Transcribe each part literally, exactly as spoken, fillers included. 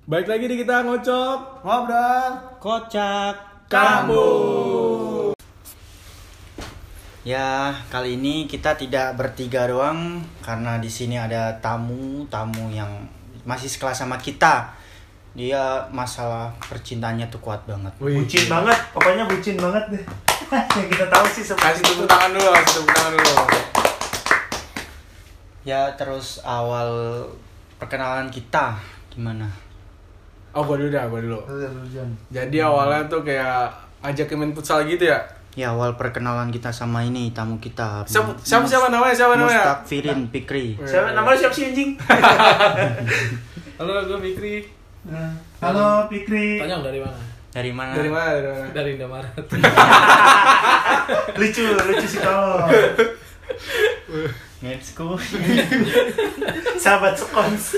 Baik lagi di kita ngocok ngobrol kocak kampus. Ya, kali ini kita tidak bertiga doang karena di sini ada tamu-tamu yang masih sekelas sama kita. Dia masalah percintaannya tuh kuat banget. Wih, bucin banget, pokoknya bucin banget deh. Yang kita tahu sih seperti kasih tepuk tangan dulu, kasih tepuk tangan dulu. Ya, terus awal perkenalan kita gimana? Oh, gua dulu dah, gua dulu. itu. Jadi awalnya tuh kayak ajakin main futsal gitu ya. Ya, awal perkenalan kita sama ini tamu kita. Siapa siapa, siapa namanya? Siapa namanya? Mustakfirin Fikri. Siapa namanya siapa sih anjing? Halo, gue Fikri. Halo Fikri. Tanya dari mana? Dari mana? Dari mana? Dari mana? Dari Indomaret. lucu, lucu sih kau. Ngetsku. Sahabat sekons.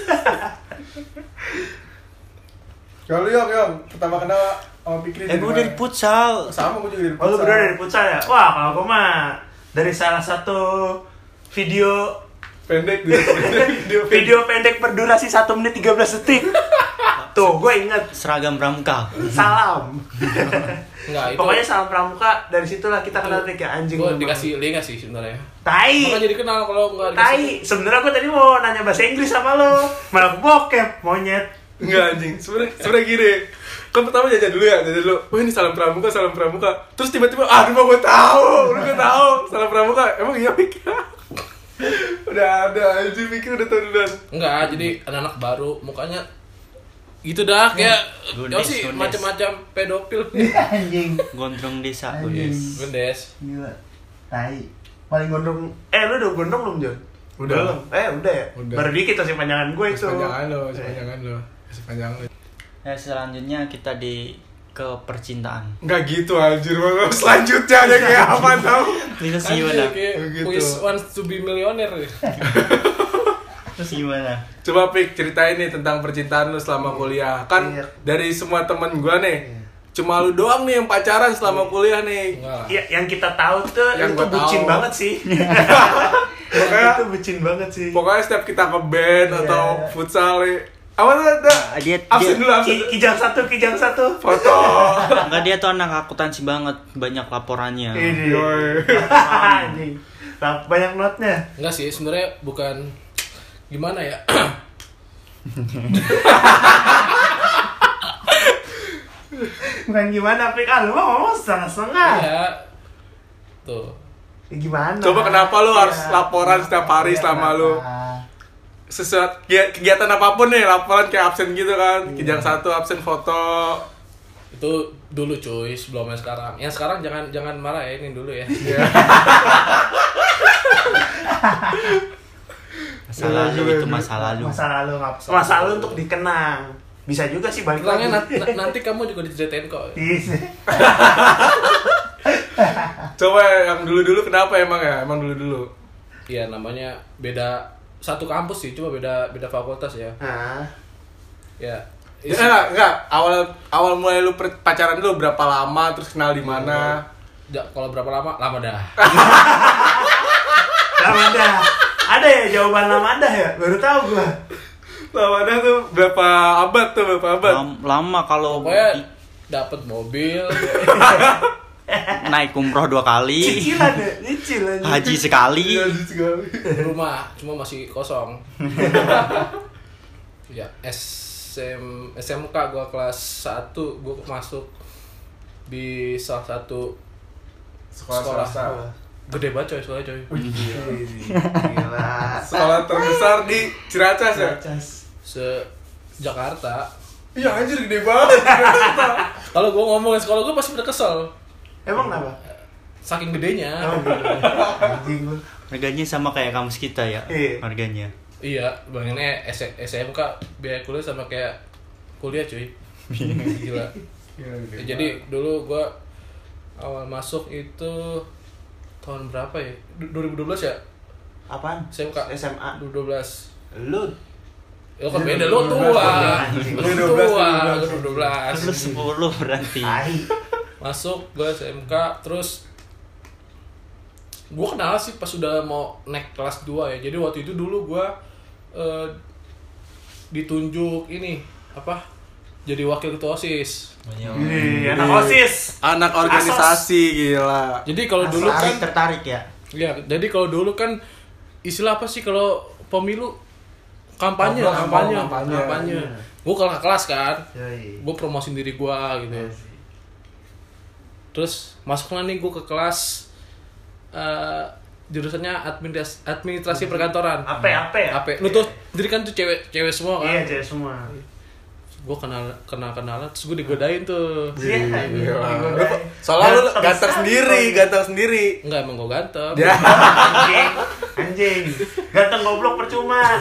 Kalau Yok, Yok, pertama kenal sama Fikri. Eh, gue dari futsal. Sama, gue juga dari Oh, lu futsal. berdua dari futsal ya? Wah, kalau gue mah dari salah satu video pendek gitu. Video video pendek berdurasi satu menit tiga belas detik. Tuh, gue inget. Seragam pramuka. Salam. Enggak, itu. Pokoknya salam pramuka, dari situlah kita kenal nih kayak anjing. Gue memang. dikasih link sih sebenarnya. Tai. Makanya jadi kenal kalau enggak Tai. dikasih. Sebenarnya gue tadi mau nanya bahasa Inggris sama lo, malah bokep, monyet. Enggak anjing, sebenernya sebenernya gini. Kan pertama jajan dulu ya, jajan dulu. Wah, ini salam pramuka, salam pramuka. Terus tiba-tiba, ah, aduh, gue tahu, udah gue tahu. Salam pramuka, emang iya Fikri? Udah ada anjing, Fikri udah tahu duluan. Enggak, jadi anak-anak baru mukanya gitu dah kayak Gundes, ya sih gundes. macam-macam pedofil. Anjing. Gondrong desa, Anjing. guys. Gendes. Gila. Tai. Paling gondrong. Eh, lu udah gondrong belum, Jon? Udah. Belum. Eh, udah ya? Udah. Baru dikit masih panjangan gue itu. Sepanjangan lo, sepanjangan lo, sepanjangan lo. Ya, selanjutnya kita di ke percintaan. Enggak gitu anjir, Bang. Selanjutnya ada kayak apa tau? Terus Anjir, gimana? kayak Begitu. who is wants to be millionaire. Terus gimana? Coba Pik, ceritain nih tentang percintaan lu selama kuliah. Kan Iya. dari semua temen gua nih, cuma lu doang nih yang pacaran selama kuliah nih. Enggak. Ya, yang kita tahu tuh Yang itu gua bucin tahu. banget sih. Pokoknya, itu bucin banget sih. pokoknya setiap kita ke band Iya. atau futsal nih, apa tuh ada? Ah, dia Absen dia, dulu, absen Ki, dulu. kijang satu, kijang satu. Foto. enggak, dia tuh anak akuntansi banget, banyak laporannya. Ini. Yoi. Anjing. Nah, banyak notnya. Enggak sih, sebenarnya bukan gimana ya? Bukan gimana, Pik. Ah, lu mah ngomong setengah-setengah. Iya. Tuh. Ya, gimana? Coba kenapa lu harus laporan setiap hari Ya, selama lu kenapa? sesuatu kegiatan apapun nih, laporan kayak absen gitu kan, Iya. kijang satu absen foto. Itu dulu cuy, sebelumnya sekarang. Yang sekarang jangan jangan marah ya, ini dulu ya. Masa lalu itu masa lalu. Masa lalu ngap. Masa lalu untuk dikenang. Bisa juga sih balik Kenangnya lagi. nanti, nanti kamu juga diceritain kok. Iya. Coba yang dulu-dulu kenapa emang ya? Emang dulu-dulu. Iya, namanya beda satu kampus sih, cuma beda beda fakultas ya. Nah, Ya. Ya, enggak, enggak. Awal awal mulai lu per- pacaran dulu berapa lama, terus kenal di mana? Ya, kalau berapa lama? Lama dah. lama dah. Ada ya jawaban lama dah ya? Baru tahu gua. Lama dah tuh berapa abad tuh, berapa abad? Lam- lama kalau Pokoknya dapat mobil. naik umroh dua kali, Cicilan ya, cicil aja. haji sekali. Iya, sekali. Rumah cuma masih kosong. Ya, S M S M K gua kelas satu gua masuk di salah satu Sekolah Sekolah. swasta. gede banget coy, soalnya coy. Gila. Sekolah terbesar di Ciracas ya? Cas. Se Jakarta. Iya anjir gede banget. Kalau gua ngomongin sekolah gua pasti pada kesel. Emang kenapa? Saking gedenya. Oh, gitu. Anjing lu. Harganya sama kayak kampus kita ya, Iya. harganya. Iya, bayanginnya S M K biaya kuliah sama kayak kuliah cuy. Gila. Iya, gede Ya, jadi dulu gua awal masuk itu tahun berapa ya? Du- dua ribu dua belas ya? Apaan? S M K. S M A. dua ribu dua belas. Lu. Ya kan beda, lu tua. Anjing. Lu dua belas, tua, dua belas. lu dua belas. Lu sepuluh berarti. Tai. Masuk gua S M K terus gua kenal sih pas udah mau naik kelas dua ya. Jadi waktu itu dulu gua eh, ditunjuk ini apa? Jadi wakil ketua OSIS. Ih, anak OSIS. Anak organisasi gila. Jadi kalau dulu kan tertarik ya. ya, jadi kalau dulu kan istilah apa sih kalau pemilu kampanye, Oh, kampanye, kampanye. kampanye. Gue kalau kelas kan, Yoi. gue promosiin diri gue gitu. Terus masuklah nih gue ke kelas eh, jurusannya administrasi, administrasi perkantoran. A P, A P ya? A P. Lu tuh sendiri kan tuh cewek cewek semua kan. Iya, cewek semua. Gue kenal kenal kenalan terus gue digodain tuh. Iya. Lu- Soalnya lu ganteng sendiri, ganteng sendiri. Enggak emang gue ganteng. Ya. Anjing. Anjing. Ganteng goblok percuma.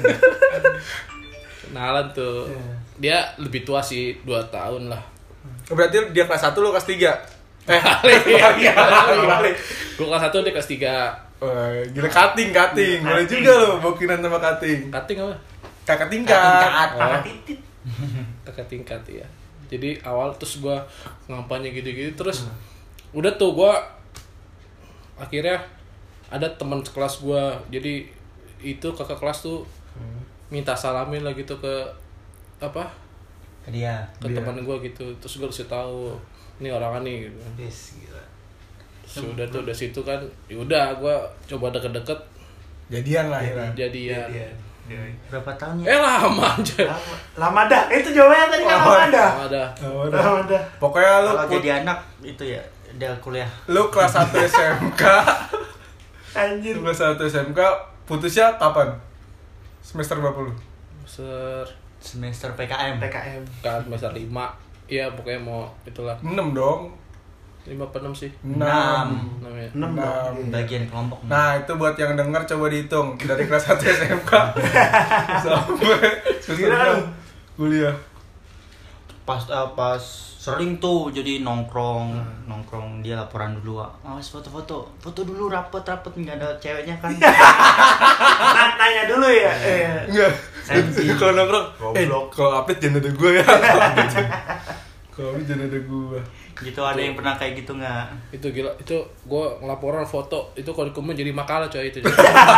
Kenalan tuh. Dia lebih tua sih, dua tahun lah. Berarti dia kelas satu lu kelas tiga. Eh, Iya, balik. gue kelas satu dia kelas tiga. Wah, gila cutting, cutting. Boleh juga lo bokinan sama cutting. Cutting apa? Kakak tingkat. Kakak titit. Kakak tingkat ya. Jadi awal terus gue ngampanye gitu-gitu terus udah tuh gue akhirnya ada teman sekelas gue jadi itu kakak kelas tuh minta salamin lah gitu ke apa Ke dia. ke teman gue gitu terus gue kasih tahu ini orang nih gitu. Yes, gila. Sudah tuh dari situ kan yaudah gue coba deket-deket Jadian lah ya. jadian Iya. Iya. Berapa tahun ya? eh lama aja Lama, lama dah. Itu jawabannya tadi kan Lama. lama dah. ada Oh, udah. Lama dah. Pokoknya lu Kalau put- jadi anak itu ya dia kuliah. lu kelas satu S M K. Anjir. Lu kelas satu S M K putusnya kapan? Semester berapa lu? ser Semester P K M. P K M. kan semester lima ya pokoknya mau itulah enam dong. lima apa enam sih enam. namanya enam dong. Bagian kelompok. Nah, itu buat yang denger coba dihitung dari kelas satu S M K sampai semester Gila lu. enam kuliah. Pas eh, pas sering tuh jadi nongkrong nongkrong dia laporan dulu, awas foto-foto foto dulu rapet-rapet nggak ada ceweknya kan. Nah, nanya dulu ya. Iya. Enggak. Anjing. Kalau nongkrong, eh Goblok. kalau update jangan ada gue ya. Kalau update jangan ada gue. Gitu ada yang pernah kayak gitu nggak? itu gila itu gue ngelaporan foto itu kalau dikumpulin jadi makalah coy itu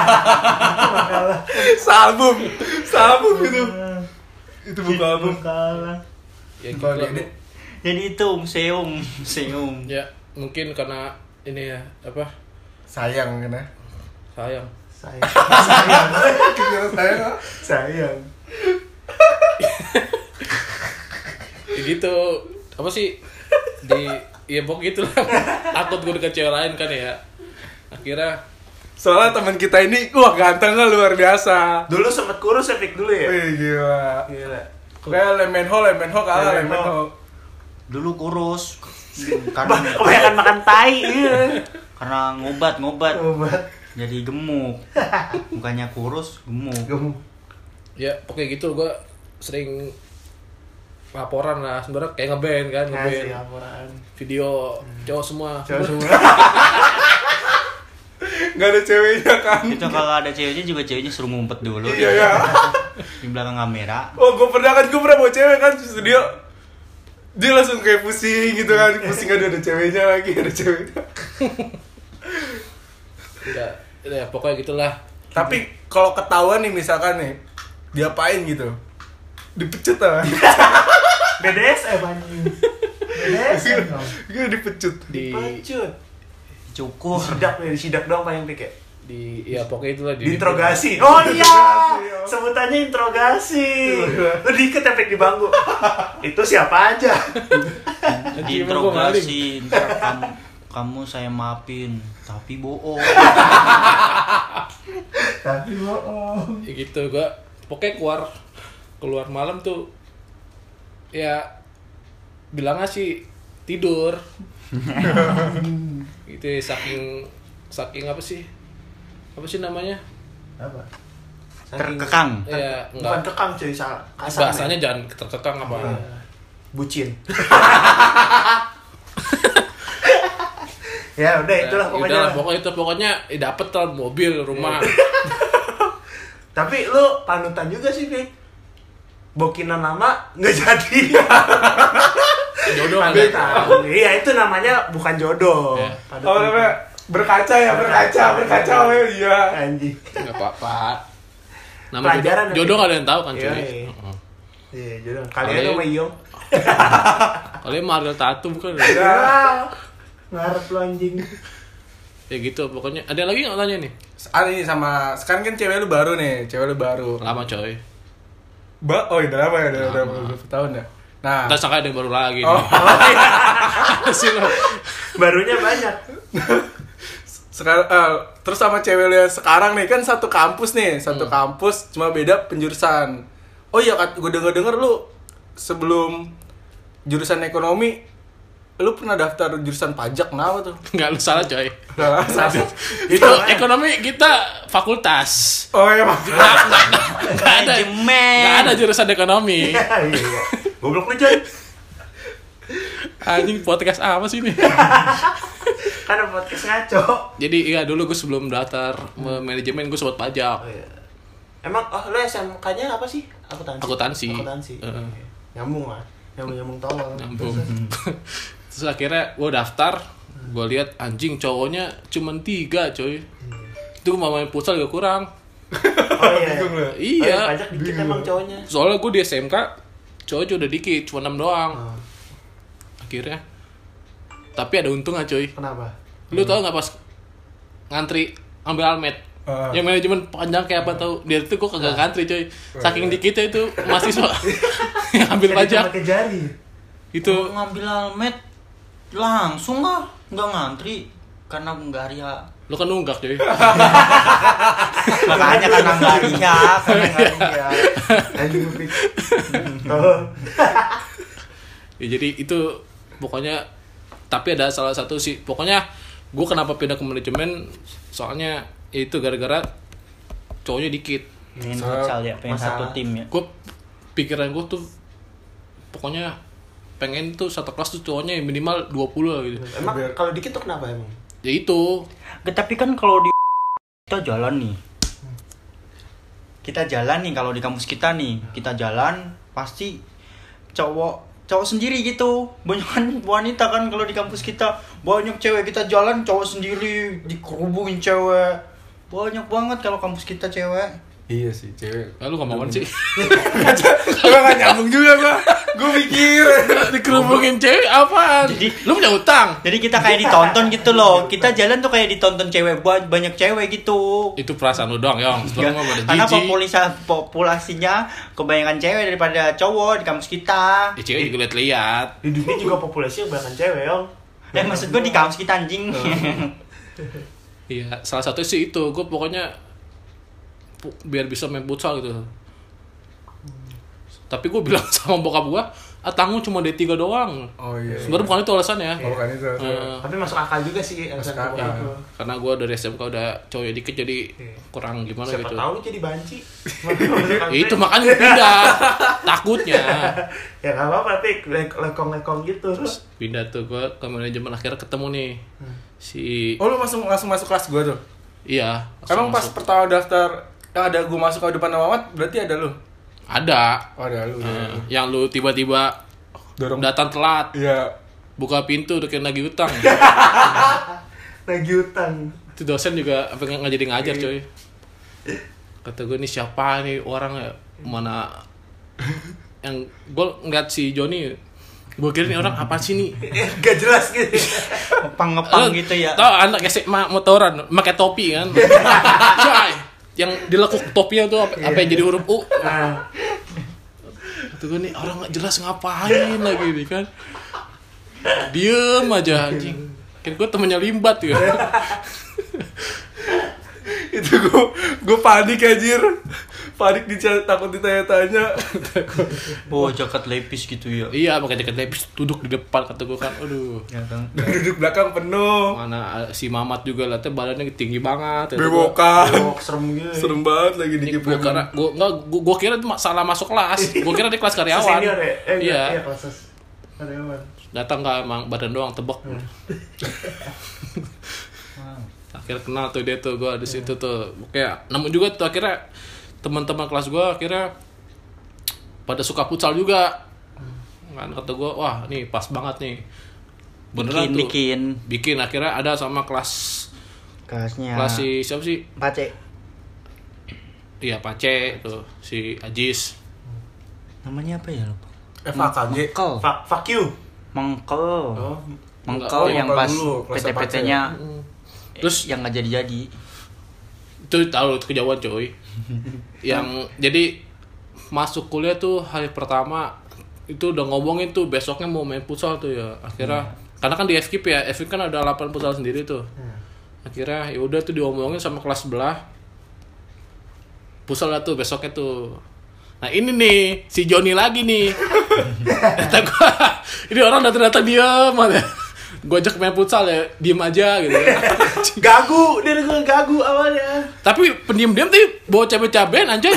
Salbum, salbum itu. Itu buku album. Kalah. ya gitu Kalau lah, diedit, Jadi itu museum museum. ya mungkin karena ini ya apa sayang kan ya. sayang Sayang. Kira sayang. Sayang. ya gitu apa sih di ya pokok gitu lah takut gue deket cewek lain kan ya akhirnya Soalnya teman kita ini, wah gantengnya luar biasa. Dulu sempet kurus ya, Pik, dulu ya? Wih gila. Gila. Kayak Lemenho, Lemenho kalah Lemenho. Lemenho. Dulu kurus Bah, karena kebanyakan makan tai. Iya. karena ngobat ngobat Obat. jadi gemuk. Bukannya kurus, gemuk. Gemuk. ya pokoknya gitu gue sering laporan lah sebenarnya kayak ngeband kan ngeband Ngasih laporan. video cowok semua Cewek semua. Gak ada ceweknya kan. Itu kalau ada ceweknya juga ceweknya suruh ngumpet dulu Iya ya. di belakang kamera. Oh gue pernah kan, gue pernah bawa cewek kan. Terus dia Dia langsung kayak pusing gitu kan. Pusing ada ada ceweknya lagi, ada ceweknya. ya, ya pokoknya gitulah Tapi kalau ketahuan nih misalkan nih, diapain gitu? Dipecut lah. B D S M anjing. B D S M dong. Gue dipecut. di Pacut. Cukup. Sidak nih, sidak doang paling Pik ya. di ya pokoknya itulah di Diinterogasi. Oh iya. Sebutannya interogasi. Lu diikat ya, Pik, di bangku. Itu siapa aja? Diinterogasi, ntar kamu kamu saya maafin tapi bohong. Tapi bohong. ya gitu gua pokoknya keluar keluar malam tuh ya bilangnya sih tidur gitu ya, saking saking apa sih apa sih namanya Apa? Terkekang. ya Bukan enggak kekang cuy, salah. Kasar, bahasanya men. jangan terkekang apa Bucin. Ya udah itulah Ya, pokoknya. udahlah, pokoknya itu pokoknya ya, dapet lah mobil rumah Tapi lu panutan juga sih, Pik. Bokinan lama nggak jadi. jodoh ada Panutan. Iya, itu namanya bukan jodoh. Ya. Panutan. Oh namanya berkaca ya, berkaca, berkaca. Oh iya. Anjing. nggak apa-apa nama Pelajaran jodoh, jodoh nanti. nggak ada yang tahu kan cuy Iya. Heeh. Iya, jodoh. Kalian sama Iyong. Kalian mah Ariel Tatum bukan? Ya. Ngarep lo anjing. Ya gitu pokoknya. Ada lagi nggak tanya nih? Ada nih sama sekarang kan cewek lu baru nih, cewek lu baru. Lama coy. Ba, oh udah lama ya, udah udah Lama. beberapa tahun ya. Nah, Ntar sangka ada yang baru lagi oh, nih. Sih lo. Barunya banyak. sekarang eh, terus sama cewek lu yang sekarang nih kan satu kampus nih, satu Hmm. kampus cuma beda penjurusan. Oh iya, gue denger denger lu sebelum jurusan ekonomi, lu pernah daftar jurusan pajak, kenapa tuh? Nggak, lu salah coy. Nah, satu. Itu ekonomi kita fakultas. Oh iya, Pak. Nggak, nggak, nggak ada. Manajemen. Nggak ada jurusan ekonomi. Iya, iya. Goblok lu, Jon. Anjing podcast apa sih ini? Kan podcast ngaco. Jadi iya dulu gue sebelum daftar hmm. manajemen gue sobat pajak. Oh iya. Emang oh lu S M K-nya apa sih? Akuntansi. Akuntansi. Akuntansi. Uh-uh. Nyambung lah. Nyambung-nyambung tolong. Nyambung. Terus akhirnya gue daftar, gue lihat anjing cowoknya cuman tiga coy. Hmm. Itu gue mau main futsal juga kurang. Oh iya. Bingung lu. Iya. Oh, pajak dikit emang cowoknya. Soalnya gue di S M K cowoknya udah dikit, cuma enam doang. Oh, Akhirnya. Tapi ada untungnya coy. kenapa? Lu tau gak pas ngantri ambil almet? Ah. Yang manajemen panjang kayak apa tau? Dia tuh gue kagak ngantri coy. Saking dikitnya itu mahasiswa yang ambil Jadi pajak. cuma pakai jari. Itu Kalau ngambil almet langsung lah, nggak ngantri karena nggak ria. lu kan nunggak coy. Makanya karena nggak ria, karena nggak ria. Anjing gue pikir. Oh. Ya, jadi itu pokoknya tapi ada salah satu sih pokoknya gue kenapa pindah ke manajemen soalnya itu gara-gara cowoknya dikit. Pengen Masalah- futsal ya, pengen masalah. satu tim ya. Gue pikiran gue tuh pokoknya pengen tuh satu kelas tuh cowoknya minimal dua puluh lah gitu. Emang kalau dikit tuh kenapa emang? Ya itu Tapi kan kalau di kita jalan nih, kita jalan nih kalau di kampus kita nih, kita jalan pasti cowok cowok sendiri gitu. Banyak kan wanita kan kalau di kampus kita, banyak cewek kita jalan cowok sendiri dikerubungin cewek. Banyak banget kalau kampus kita cewek. Iya sih, cewek. lalu nggak mau sih Gue gak nyambung juga gua. Gue mikir. dikerubungin cewek apaan? Jadi- lu punya utang. Jadi kita kayak ditonton gitu loh. Kita jalan tuh kayak ditonton cewek, ba- banyak cewek gitu. Itu perasaan lu doang, Yong. Sebelum gua pada Karena jijik. populasi populasinya kebanyakan cewek daripada cowok di kampus kita. Ya, cewek juga lihat-lihat. Di dunia juga populasinya banyak cewek, Yong. Eh maksud gue di kampus kita anjing. Iya, salah satu sih itu. Gue pokoknya pu- biar bisa main futsal gitu. Tapi gue bilang sama bokap gue, ah tanggung cuma D tiga doang. Oh iya. Sebenarnya bukan itu alasannya. Oh, bukan itu. Eh, Tapi masuk akal juga sih alasan Masuk kamu akal. itu. karena gue dari S M K udah cowoknya dikit jadi Iya. kurang gimana Siapa gitu. tahu lu jadi banci. Ya, itu makanya gua pindah. Takutnya. Ya nggak apa-apa, tapi le- lekong-lekong gitu. Pindah tuh gue ke manajemen akhirnya ketemu nih. Si Oh, lu langsung langsung masuk kelas gua tuh. iya. Emang langsung pas masuk. pertama daftar yang ada gua masuk ke depan Muhammad, berarti ada lu. Ada. Oh, ada lu. Eh, yang lu tiba-tiba Dorong. datang telat, Iya. buka pintu udah kena nagih utang. Nagih utang. Itu dosen juga apa nggak jadi ngajar coy. Kata gue nih siapa nih orang ya mana yang gue ngeliat si Joni, gue kira nih orang apa sih nih? Gak jelas gitu. Ngepang-ngepang Lu gitu ya. Tau anak S M A motoran pakai topi kan? Coy, yang dilekuk topinya tuh apa, apa yang jadi huruf U. Nah, Itu gue nih orang nggak jelas ngapain lagi nih kan? Diem aja anjing. Kira gue temennya Limbat ya. Itu gua gua panik anjir. Panik dica- takut ditanya-tanya. Oh, jaket lepis gitu ya. Iya, pakai jaket lepis duduk di depan kata gue kan. Aduh. Ya kan. Duduk belakang penuh. Mana si Mamat juga lah, tuh badannya tinggi banget. Kata gua, Bewokan. oh, serem gitu. Serem banget lagi Ini dikit gua kira gua enggak gua, gua kira itu salah masuk kelas. Gua kira di kelas karyawan. Senior ya? Eh, iya. Iya, kelas karyawan. Datang enggak emang badan doang tebak. Akhirnya kenal tuh dia tuh gua di situ tuh. Kayak namun juga tuh akhirnya teman-teman kelas gua akhirnya pada suka futsal juga. Kan kata gua, wah, nih pas banget nih. Beneran Bikin, tuh. bikin. Bikin akhirnya ada sama kelas Kelasnya. kelas si siapa sih? Pace. Iya, Pace tuh, si Ajis. Namanya apa ya lupa? F A K G. Mengkel. Fuck, fuck you. Mengkel. Oh. Mengkel Oh, yang mengkel pas dulu, P kelas T P T-nya Terus yang nggak jadi-jadi. itu tahu itu kejauhan coy. Yang jadi masuk kuliah tuh hari pertama itu udah ngomongin tuh besoknya mau main futsal tuh ya. Akhirnya hmm. karena kan di F K I P ya, F K I P kan ada lapangan futsal sendiri tuh. Hmm. Akhirnya ya udah tuh diomongin sama kelas sebelah. Futsal lah tuh besoknya tuh. Nah ini nih si Joni lagi nih. Kata gua, ini orang datang-datang diam aja. Gue ajak main futsal ya, diem aja gitu ya. Gagu, dia gue gagu awalnya. Tapi pendiam-diam tuh bawa cabai-cabean anjay.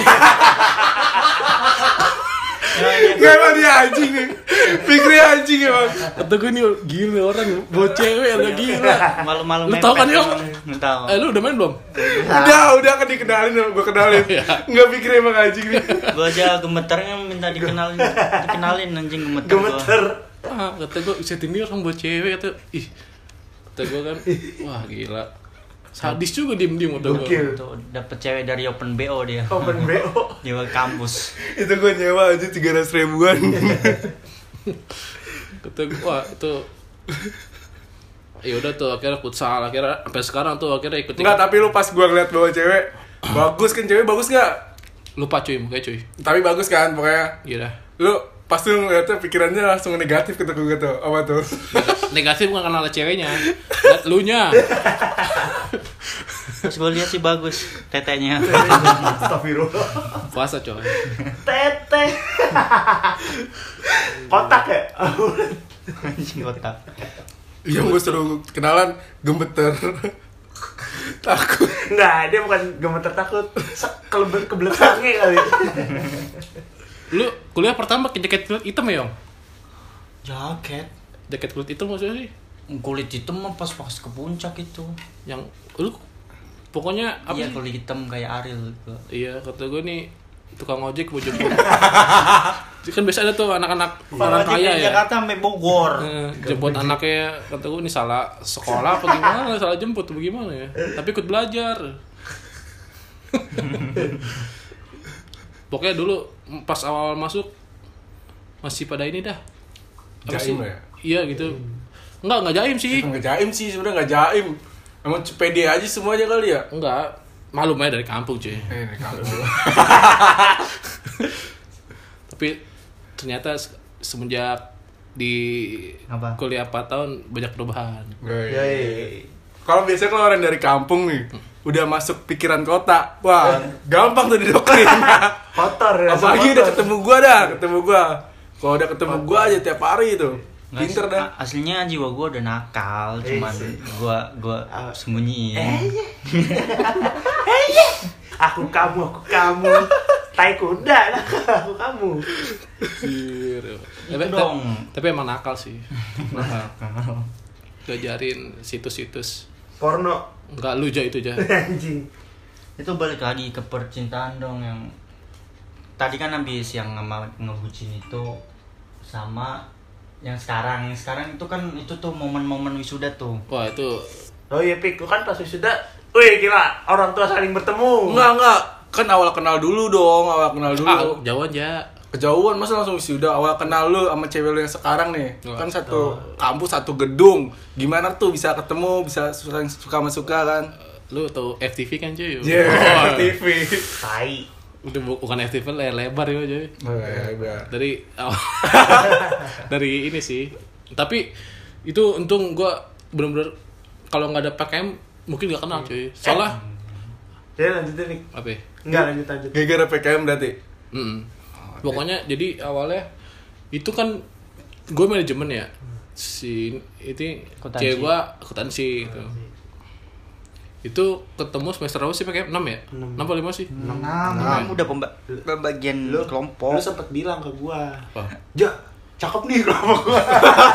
Gak emang dia anjing nih. Fikri anjing emang. Kata gue nih gila orang bawa cewek atau gila. Malu-malu Lu tau kan Yong? Nggak tahu. Eh lu udah main belum? Udah, udah kan dikenalin, gue kenalin. Enggak Fikri emang anjing nih. Gua aja gemeternya minta dikenalin, dikenalin anjing gemeter. Gemeter. Ah, kata gue set ini orang bawa cewek kata. Ih. Kata gue kan, wah gila. Sadis juga diem-diem kata gue. Gokil. Tuh dapet cewek dari Open B O dia. Open B O. Di kampus. Itu gue nyewa aja tiga ratus ribuan. Kata gue, wah itu ya udah tuh akhirnya futsal, akhirnya sampai sekarang tuh akhirnya ikut. Enggak, tapi lu pas gue ngeliat bawa cewek, bagus kan cewek bagus gak? Lupa cuy, mukanya cuy. Tapi bagus kan pokoknya. Gila. Lu pas lu ngeliatnya pikirannya langsung negatif gitu gue gitu. Apa tuh? Negatif bukan karena ceweknya, liat lu nya. Terus gue lihat sih bagus tetenya. Astagfirullah. Puasa coy. Tete. Kotak ya? Anjing kotak. Yang gue suruh kenalan gemeter. Takut. Nah, dia bukan gemeter takut. Kelebet kebelet sange kali. Lu kuliah pertama pakai jaket kulit hitam ya, Yong? Jaket. Jaket kulit hitam maksudnya sih? Kulit hitam mah pas pas ke puncak itu. Yang lu pokoknya apa Iya sih? kulit hitam kayak Ariel gitu. Iya, kata gue nih tukang ojek mau jemput. Kan biasa ada tuh anak-anak orang kaya ya. Jakarta sampai Bogor. Eh, jemput anaknya, kata gue ini salah sekolah apa gimana, salah jemput atau gimana ya. Tapi ikut belajar. Pokoknya dulu pas awal masuk masih pada ini dah. Apa Jaim sih? ya? Iya gitu. Enggak, enggak jaim sih. Enggak jaim sih, sebenarnya enggak jaim. Emang pede aja semuanya kali ya? Enggak. Malum aja dari kampung, cuy. Eh, dari kampung. Tapi ternyata semenjak di Apa? kuliah empat tahun banyak perubahan. Yoi. Kalau biasanya kalau orang dari kampung nih, udah masuk pikiran kota, wah gampang tuh didoktrin. Kotor ya. Apalagi kotor. udah ketemu gua dah, ketemu gua. Kalau udah ketemu gua aja tiap hari itu, Nggak, pinter dah. a- Aslinya jiwa gue udah nakal, Eh, cuman sih. gue gue sembunyiin. Eh, iya. Eh, iya. Aku kamu, aku kamu. Tai kuda lah, aku kamu. Gitu. Itu Tapi, dong. tapi emang nakal sih. Nakal. Diajarin situs-situs. Porno. Enggak lu aja itu aja. Anjing. Itu balik lagi ke percintaan dong yang tadi kan habis yang sama ngebucin itu sama yang sekarang yang sekarang itu kan itu tuh momen-momen wisuda tuh. Wah, itu Oh iya, Pik, lu kan pas wisuda, wih gila, orang tua saling bertemu. Enggak, enggak. Kan awal kenal dulu dong, awal kenal dulu. ah, jauh aja. Kejauhan masa langsung wisuda, awal kenal lu sama cewek lu yang sekarang nih. Wah, Kan satu kampus, satu gedung. Gimana tuh bisa ketemu, bisa suka suka sama suka kan? Lu tau F T V kan cuy? Yeah, Wah, T V. Tai. udah bu- bukan F T V le- lebar ya cuy. Oh, ya, udah. Dari dari ini sih. Tapi itu untung gua bener-bener kalau nggak ada P K M mungkin nggak kenal cuy. Soalnya Jadi lanjutin, Pik. apa ya? Enggak, lanjut lanjut. Gara-gara P K M berarti. Mm-mm. Pokoknya jadi awalnya itu kan gue manajemen ya, si itu Akuntansi. cewek gue akuntansi gitu. Itu ketemu semester berapa sih pakai enam ya? enam atau lima sih? Enam, enam udah pemba- pembagian Lu, kelompok. lu sempet bilang ke gua, Apa? Ja, cakep nih kelompok gua.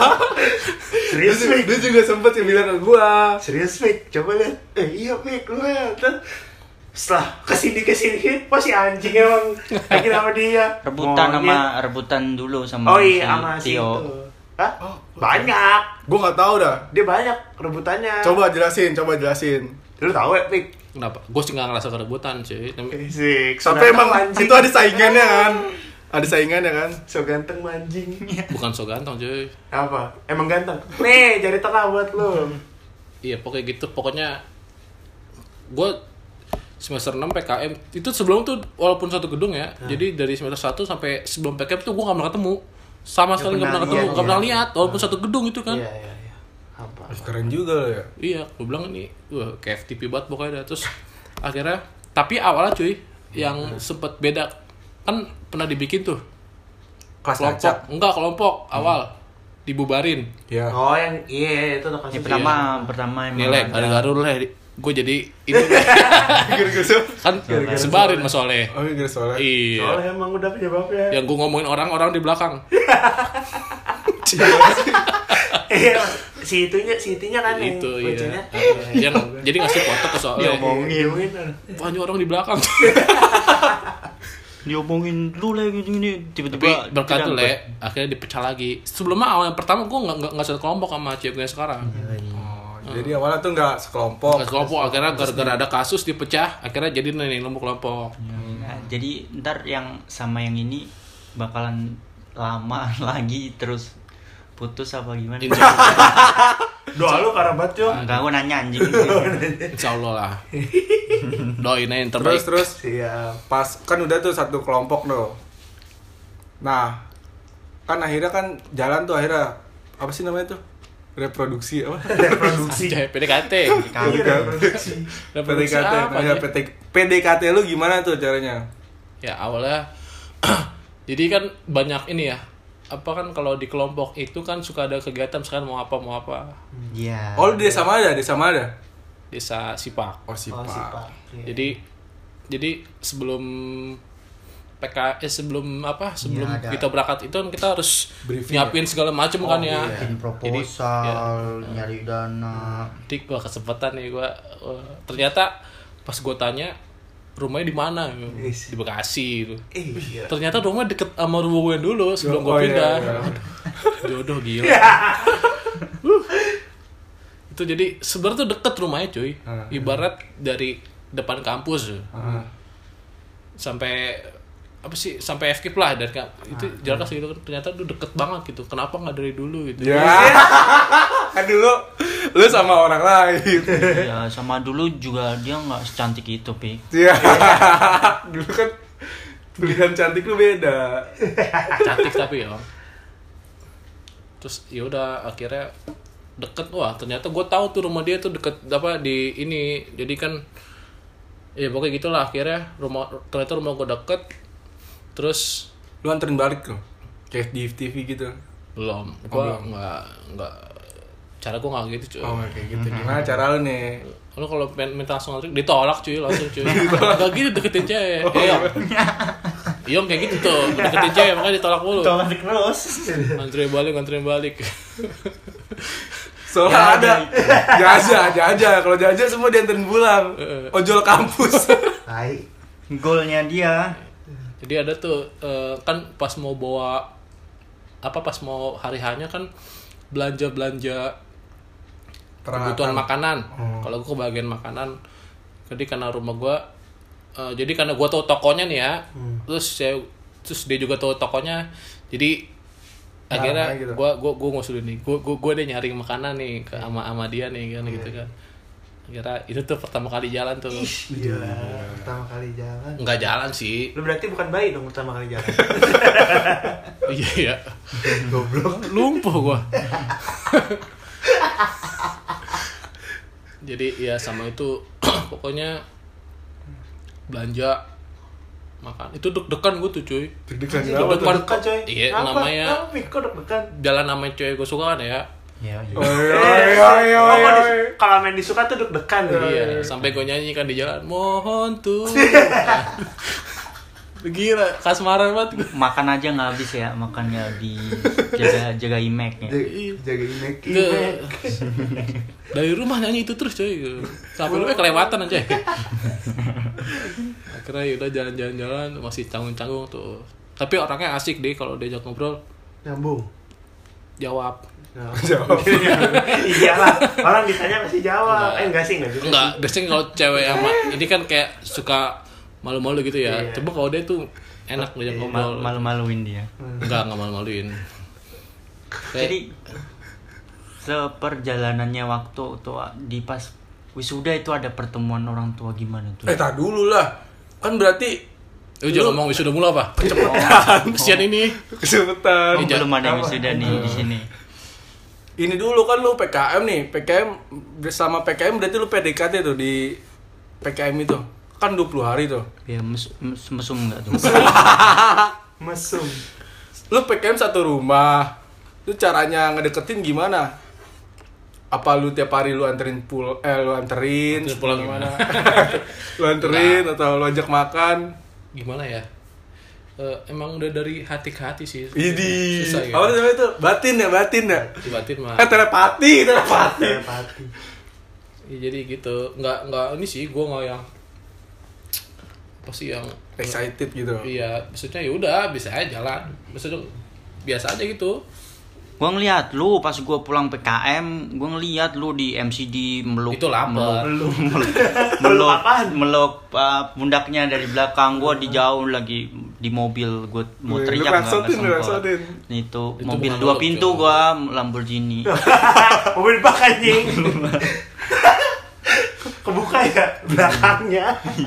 Dia, Serius, juga- Pik? dia juga sempet sih bilang ke gua. Serius, Pik? Coba lihat. Eh, iya, Pik, lu lihat. Setelah kesini kesini masih anjing emang lagi sama dia. Rebutan Monyet. sama rebutan dulu sama Oh si iya, sama si Tio. itu. Hah? Banyak. Gua nggak tahu dah. Dia banyak rebutannya. Coba jelasin, coba jelasin. Lu tahu ya, Pik? Kenapa? Gue sih nggak ngerasa kerebutan cuy. Tapi Fisik. Tapi emang itu ada saingannya kan. Ada saingannya kan? So ganteng manjing. Bukan so ganteng cuy. Apa? Emang ganteng? Nih, jari tengah buat lu. Iya pokoknya gitu. Pokoknya gue semester enam P K M itu sebelum tuh walaupun satu gedung ya. Hmm. Jadi dari semester satu sampai sebelum P K M tuh gue gak pernah ketemu. Sama sekali gak pernah ketemu, gak pernah lihat walaupun satu gedung itu kan. Iya, iya, iya. Apa? Keren juga lo ya. Iya, gue bilang ini wah kayak F T P banget pokoknya. Terus akhirnya tapi awalnya cuy yang hmm. sempet beda kan pernah dibikin tuh Kelas kelompok acak. enggak kelompok awal hmm. dibubarin Ya. Oh, yang iya itu tuh Yang kasus pertama, Iya. pertama emang nilai ada- garu-garu lah gue jadi itu Gara-gara kan sebarin mas Soleh. Oh, gara soalnya. Iya. Soalnya emang udah penyebabnya. Yang gue ngomongin orang-orang di belakang. Iya, si itunya, si itunya kan yang Itu iya. bocahnya. Yang jadi ngasih foto ke Soleh. Diomongin. Banyak orang di belakang. diomongin lu lah gini gini Tapi tiba-tiba berkat tuh tidak- le, akhirnya dipecah lagi. Sebelumnya awal yang pertama gue nggak nggak nggak satu kelompok sama cewek gue yang sekarang. Oh, jadi awalnya tuh nggak sekelompok. Nggak kelompok akhirnya gara-gara ada kasus dipecah, akhirnya jadi nih kelompok kelompok. Nah, jadi ntar yang sama yang ini bakalan lama lagi terus putus apa gimana? Insya Allah, Doa lu karabat yo. Enggak, gue nanya anjing. insya Allah lah. Doain aja yang terbaik. Terus terus Siap. pas kan udah tuh satu kelompok tuh. Nah, kan akhirnya kan jalan tuh akhirnya apa sih namanya tuh? Reproduksi apa? Reproduksi. P D K T. Iya, reproduksi. P D K T. apa Nah, ya, aja? P D P D K T lu gimana tuh caranya? Ya awalnya jadi kan banyak ini ya. Apa kan kalau di kelompok itu kan suka ada kegiatan misalkan mau apa mau apa. Iya. Oh, di desa mana ada? Desa mana ada? Desa Sipak. Oh, si Oh, si Pak. Pak. Iya. Jadi jadi sebelum P K eh sebelum apa sebelum Iya, ada. kita berangkat itu kan kita harus Briefing nyiapin segala macam Oh, kan ya. iya. bikin proposal, nyari dana. Jadi gua kesempatan nih gua uh, ternyata pas gua tanya rumahnya di mana? Yes. Di Bekasi itu. Iya. Ternyata rumah deket sama rumah gue yang dulu sebelum gue Oh, iya, pindah. iya. Aduh, jodoh gila. Uh. Itu jadi sebenarnya tuh deket rumahnya cuy. Ah. Ibarat dari depan kampus Ah. sampai apa sih sampai F K I P lah dari kamp- itu jaraknya segitu kan ternyata tuh deket banget gitu. Kenapa nggak dari dulu gitu? Ya. Kan dulu lu sama orang lain. Ya sama dulu juga dia nggak secantik itu, Pi. Iya. Dulu kan pilihan cantik lu beda. Cantik tapi ya. Terus ya udah akhirnya deket wah ternyata gue tahu tuh rumah dia tuh deket apa di ini jadi kan ya pokoknya gitulah akhirnya rumah ternyata rumah gue deket terus Lu anterin balik lo. Kayak di T V gitu. belum gue Oh, belum. nggak nggak cara gue nggak gitu cuy. Oh, kayak gitu. Gimana cara lu nih? Lu kalau pengen minta langsung antri ditolak cuy langsung cuy. Gak gitu deketin cewek. Oh, Eh, Yong. Yong kayak gitu tuh deketin cewek makanya ditolak mulu. Tolak terus. Antri balik antri balik. Soalnya ada jaja, jaja. Kalau jaja semua dianterin pulang. Ojol kampus. Tai. Golnya dia. Jadi ada tuh eh, kan pas mau bawa apa pas mau hari hanya kan belanja belanja kebutuhan makanan. Hmm. Kalau gue kebagian makanan, jadi karena rumah gue, uh, jadi karena gue tahu tokonya nih ya, Hmm. terus saya terus dia juga tahu tokonya, jadi Nah, akhirnya kayak gitu. gue gue gue ngusulin nih, gue gue gue deh nyari makanan nih ke ama ama dia nih kan gitu kan. Akhirnya itu tuh pertama kali jalan tuh, Gila. Pertama kali jalan. nggak jalan sih, Lu berarti bukan bayi dong pertama kali jalan. iya ya, Goblok. lumpuh gue. Jadi ya sama itu pokoknya belanja makan itu deg-degan gue tuh cuy. Deg-degan Iya, kenapa tuh? deg-degan. Deg-degan coy. Iya, Kenapa? namanya- Kenapa, Pik? Kok deg-degan? Jalan namanya cewek gue suka kan ya. Ya, Oi, oi, oi, Oh, oi, kok di- oi. kalau main disuka tuh deg-degan. Iya, sampai gue nyanyi kan di jalan mohon tuh. Gila, kasmaran banget gue. makan aja nggak habis ya, makan nggak habis. Jaga jaga imek ya. Jaga- Jagain Mac. Ke- Dari rumah nyanyi itu terus coy. Sampai lu kelewatan aja. Akhirnya yaudah jalan-jalan-jalan masih canggung-canggung tuh. Tapi orangnya asik deh kalau diajak ngobrol Nyambung. jawab. Nah. Jawab. Iyalah, orang ditanya masih jawab. Eh enggak sih, enggak juga. Enggak, biasanya kalau cewek sama ini kan kayak suka malu-malu gitu ya. Iya. Coba kalau dia tuh enak diajak Mal- ngobrol. malu-maluin dia. Enggak, enggak malu-maluin. Kayak- Jadi seperjalanannya waktu tuh di pas wisuda itu ada pertemuan orang tua gimana tuh? Eh, tak dulu lah. Kan berarti Lu jangan ngomong wisuda mulu apa? cepetan. Kesian ini. Kesulitan. Oh, belum ada yang wisuda nih di sini. Ini dulu kan lu P K M nih, P K M bersama P K M berarti lu P D K T tuh di P K M itu. Kan dua puluh hari tuh. Ya mes, mes, mesum enggak tuh? Mesum. Lu P K M satu rumah. Lu caranya ngedeketin gimana? Apa lu tiap hari lu anterin pul eh lu anterin Anterin pulang gimana? Lu anterin atau lu ajak makan? Gimana ya? Eh, emang udah dari hati ke hati sih. Idi. Susah ya. Apa namanya itu? Batin ya, batin ya. Batin mah. Eh telepati, telepati. Telepati. Ya, jadi gitu. Nggak nggak ini sih gue nggak yang apa sih yang Excited gitu. Iya, maksudnya ya udah bisa aja jalan. Maksudnya biasa aja gitu. Gua ngeliat lu pas gua pulang P K M, gua ngeliat lu di M C D meluk Itu lapar. meluk meluk meluk uh, pundaknya dari belakang. Gua di jauh lagi di mobil, gua mau Wih, lu teriak nggak raksotin, lu nggak raksotin. sempat. Itu Itu mobil bukan dua meluk, pintu cuy. gua Lamborghini. Mobil bak anjing. Kebuka ya belakangnya.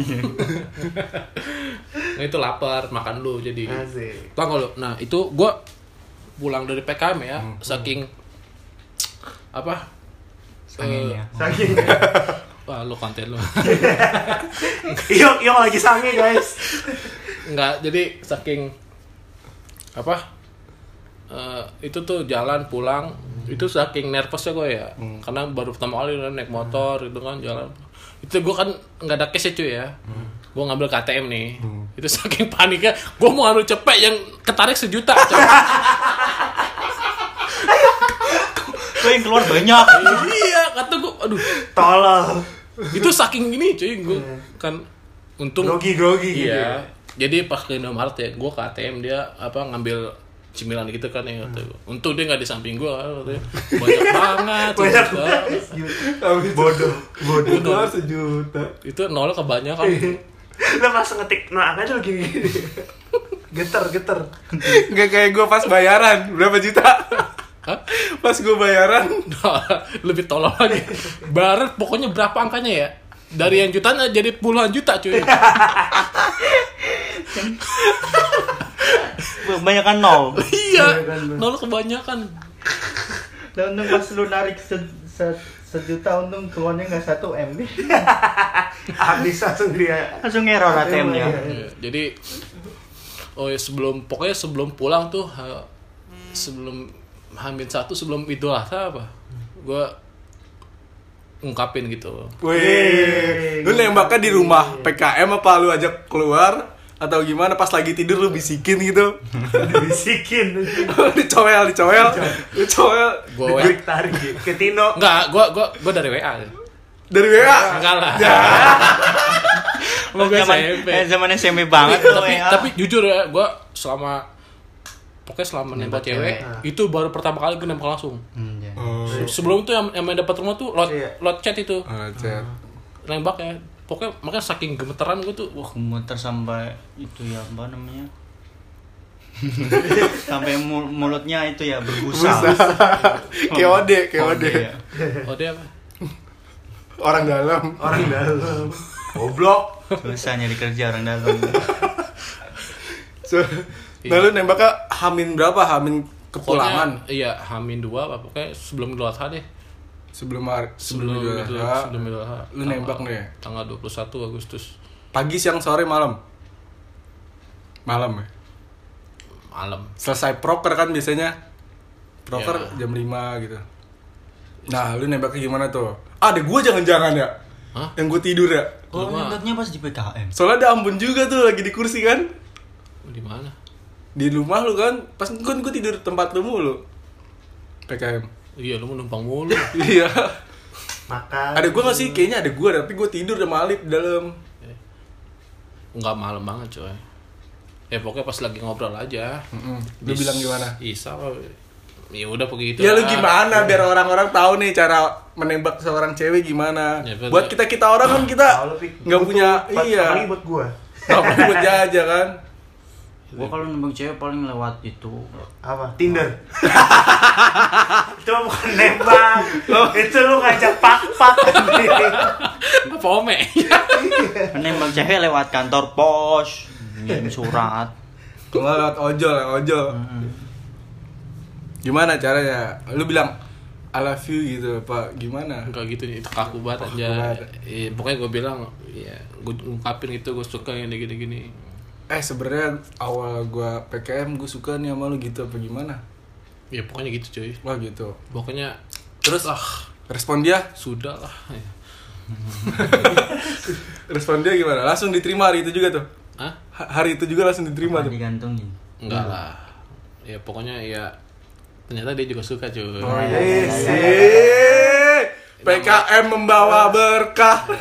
Nah itu lapar, makan dulu jadi. Asik. Tau nggak lu? Nah itu gue pulang dari P K M ya, saking apa? Sangennya. Saking. Wah lu konten lu. Yuk, yuk lagi sange guys. Enggak, jadi saking apa? Eh, itu tuh jalan pulang itu saking nervousnya gue ya, karena baru pertama kali naik motor gitu kan jalan. Itu gue kan nggak ada cash ya cuy ya. Gue ngambil K T M nih. Itu saking paniknya, gue mau ngambil cepet yang ketarik sejuta. Coy. Kok yang keluar banyak. Iya, kata gue, aduh. Tolol. Itu saking gini cuy, gue kan untung. Grogi-grogi gitu. Iya. Jadi pas ke Indomaret ya, gue ke A T M dia apa ngambil cemilan gitu kan ya kata gue. Untung dia nggak di samping gue, katanya. Banyak banget. Banyak sejuta. banget. Bodoh. Bodoh. Keluar sejuta. Itu nol kebanyakan. Lo pas ngetik nah aja lo gini. Geter, geter. Nggak kayak gue pas bayaran berapa juta? Hah? Pas gue bayaran Lebih tolol lagi. Barat pokoknya berapa angkanya ya? Dari yang jutaan jadi puluhan juta cuy. Kebanyakan nol. Iya, nol kebanyakan. Dan untung pas lu narik se, se, sejuta untung keluarnya nggak satu M deh. Habis langsung dia. Langsung error A T M-nya. Iya, jadi oh ya sebelum pokoknya sebelum pulang tuh ha- sebelum hamil satu sebelum Idul Adha apa? Gua ungkapin gitu. Wih, lu nembaknya di rumah P K M apa lu ajak keluar atau gimana pas lagi tidur lu bisikin gitu? Bisikin. Dicowel, dicowel, dicowel. Gua W A. Tarik tarik ke Tino. Enggak, gua gua gua dari W A. Dari W A. Enggak lah. Ya. Gua gua Zaman, S M P. eh, zaman S M P banget tapi, tuh tapi, ya. tapi jujur ya, gua selama pokoknya selama nembak Nembak cewek, cewek. itu baru pertama kali gue nembak langsung. Hmm, ya. Oh, Sebelum itu yang yang main dapat rumah tuh lot Iya. lot chat itu. chat. Nembak ya. Pokoknya makanya saking gemeteran gue tuh, wah Muter sampai itu ya apa namanya? Sampai mul- mulutnya itu ya berbusa. K O D, K O D. ya. oh dia apa? Orang dalam. Orang dalam. Goblok. Susah nyari kerja orang dalam. So, nah lu nembaknya hamin berapa? Hamin kepulangan. Pokoknya, iya, Hamin dua apa pokoknya sebelum Idul Adha deh. Sebelum hari, Sebelum Idul Idul Adha. sebelum Idul Adha. Lu nembak nih. Tanggal dua puluh satu Agustus. Pagi, siang, sore, malam. Malam ya. Malam. Selesai proker kan biasanya. Proker Ya. jam lima gitu. Nah, lu nembaknya gimana tuh? Ah, ada gua jangan-jangan ya. Hah? Yang gua tidur ya. Oh, Rumah. nembaknya pas di P K M. Soalnya ada Ambon juga tuh lagi di kursi kan. Di mana? Di rumah lu kan. Pas kan gua tidur tempat lu mulu. P K M. Iya, lu mau numpang mulu. Iya. Makan. Ada gua gak sih? Kayaknya ada gua, tapi gua tidur sama Alif di dalam. Enggak malam banget, coy. Ya pokoknya pas lagi ngobrol aja. Mm-mm. Lu Bis- bilang gimana? Isa apa? Ya udah begitu. Ya lu lah. gimana biar orang-orang tahu nih cara menembak seorang cewek gimana. Ya, betul. Buat kita-kita orang kan kita Tahu lu, Pik. nggak Butuh- punya buat- iya. Apalagi buat gua. Apalagi buat jaja kan. Gua kalau nembak cewek paling lewat itu. Apa? Tinder. Itu bukan nembak. Itu lu ngajak pak-pak. Apa ome? Nembak cewek lewat kantor pos, ngirim surat. Kalau lewat ojol, ya ojol. Mm-mm. Gimana caranya? Lu bilang I love you gitu apa gimana? Enggak gitu, itu kaku banget Kaku aja. banget. Iya, pokoknya gue bilang, ya gue ungkapin gitu, gue suka yang gini-gini. Eh sebenarnya awal gua P K M gue suka nih sama lu gitu apa gimana? Ya pokoknya gitu cuy. Wah gitu. Pokoknya Terus ah respon dia? sudah lah. Ya. Respon dia gimana? Langsung diterima hari itu juga tuh? Hah? Ha- Hari itu juga langsung diterima tuh? Digantungin. Enggak lah. Ya pokoknya ya ternyata dia juga suka cuy. Oh iya sih. P K M membawa berkah.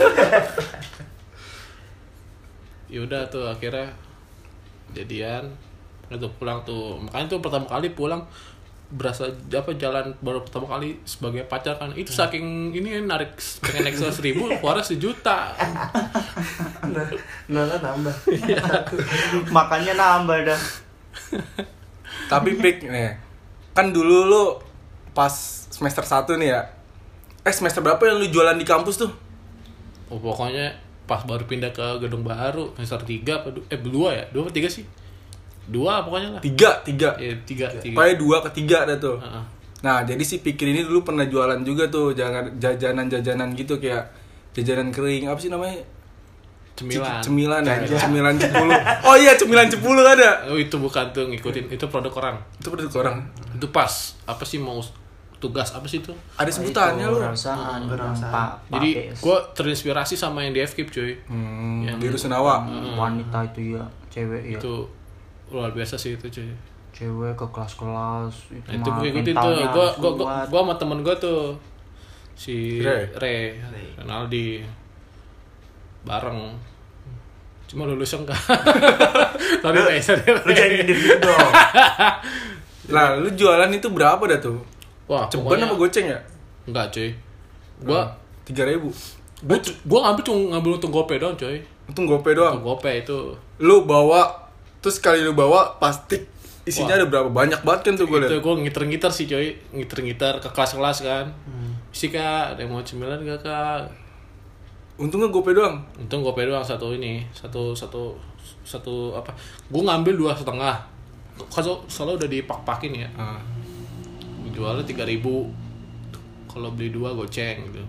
Ya udah tuh akhirnya jadian, itu pulang tuh. Makanya tuh pertama kali pulang berasa apa jalan baru pertama kali sebagai pacar kan. Itu saking ini narik pengen naik seratus ribu keluar sejuta. Nah, nah, nambah. Makanya nambah dah. Tapi Pik nih, kan dulu lu pas semester satu nih ya. Eh semester berapa yang lu jualan di kampus tuh? Oh, pokoknya pas baru pindah ke gedung baru semester tiga apa du- eh dua ya? Dua apa tiga sih? Dua pokoknya lah. Tiga, tiga. Ya, tiga, tiga. Pokoknya dua ketiga ada tuh. Heeh. Nah, jadi si Pikir ini dulu pernah jualan juga tuh, jangan jajanan-jajanan gitu kayak jajanan kering, apa sih namanya? Cemilan. Cik- Cemilan ya, Ganja. cemilan cepuluh. Oh iya, cemilan cepuluh ada. Oh, itu bukan tuh ngikutin, itu produk orang. Itu produk orang. Itu pas apa sih mau tugas apa sih itu? Ada sebutannya Itu lu. Perasaan, Perasaan. Pak. Jadi Pakes. gue terinspirasi sama yang di F K I P cuy. Hmm, Yang- di Rusunawa. Wanita itu ya, cewek ya. Itu luar biasa sih itu cuy. Cewek ke kelas-kelas itu, Nah, itu mah gue ikutin tuh. mentalnya Gue harus gue kuat. gue sama temen gue tuh si Ray. Ray, Renaldi bareng. Cuma lulusnya enggak. Sorry Ray, sorry Lu jangan Ray. nyindir gitu dong. Nah, lu jualan itu berapa dah tuh? Wah, Ceban pokoknya apa goceng ya? enggak cuy. Gua tiga ribu. gua gua ngambil cuma ngambil untung GoPay doang cuy. Untung gope doang. Untung GoPay itu. Lu bawa, terus kali lu bawa plastik isinya Wah. ada berapa banyak banget kan tuh gue Itu liat. gue ngiter-ngiter sih coy, ngiter-ngiter ke kelas-kelas kan. Isi kak, ada yang mau cemilan gak kak? Untungnya gope doang. Untung GoPay doang satu ini, satu satu satu apa? Gue ngambil dua setengah. Kalau selalu udah dipak-pakin ya. Nah, Jualnya tiga ribu. Kalau beli dua goceng gitu.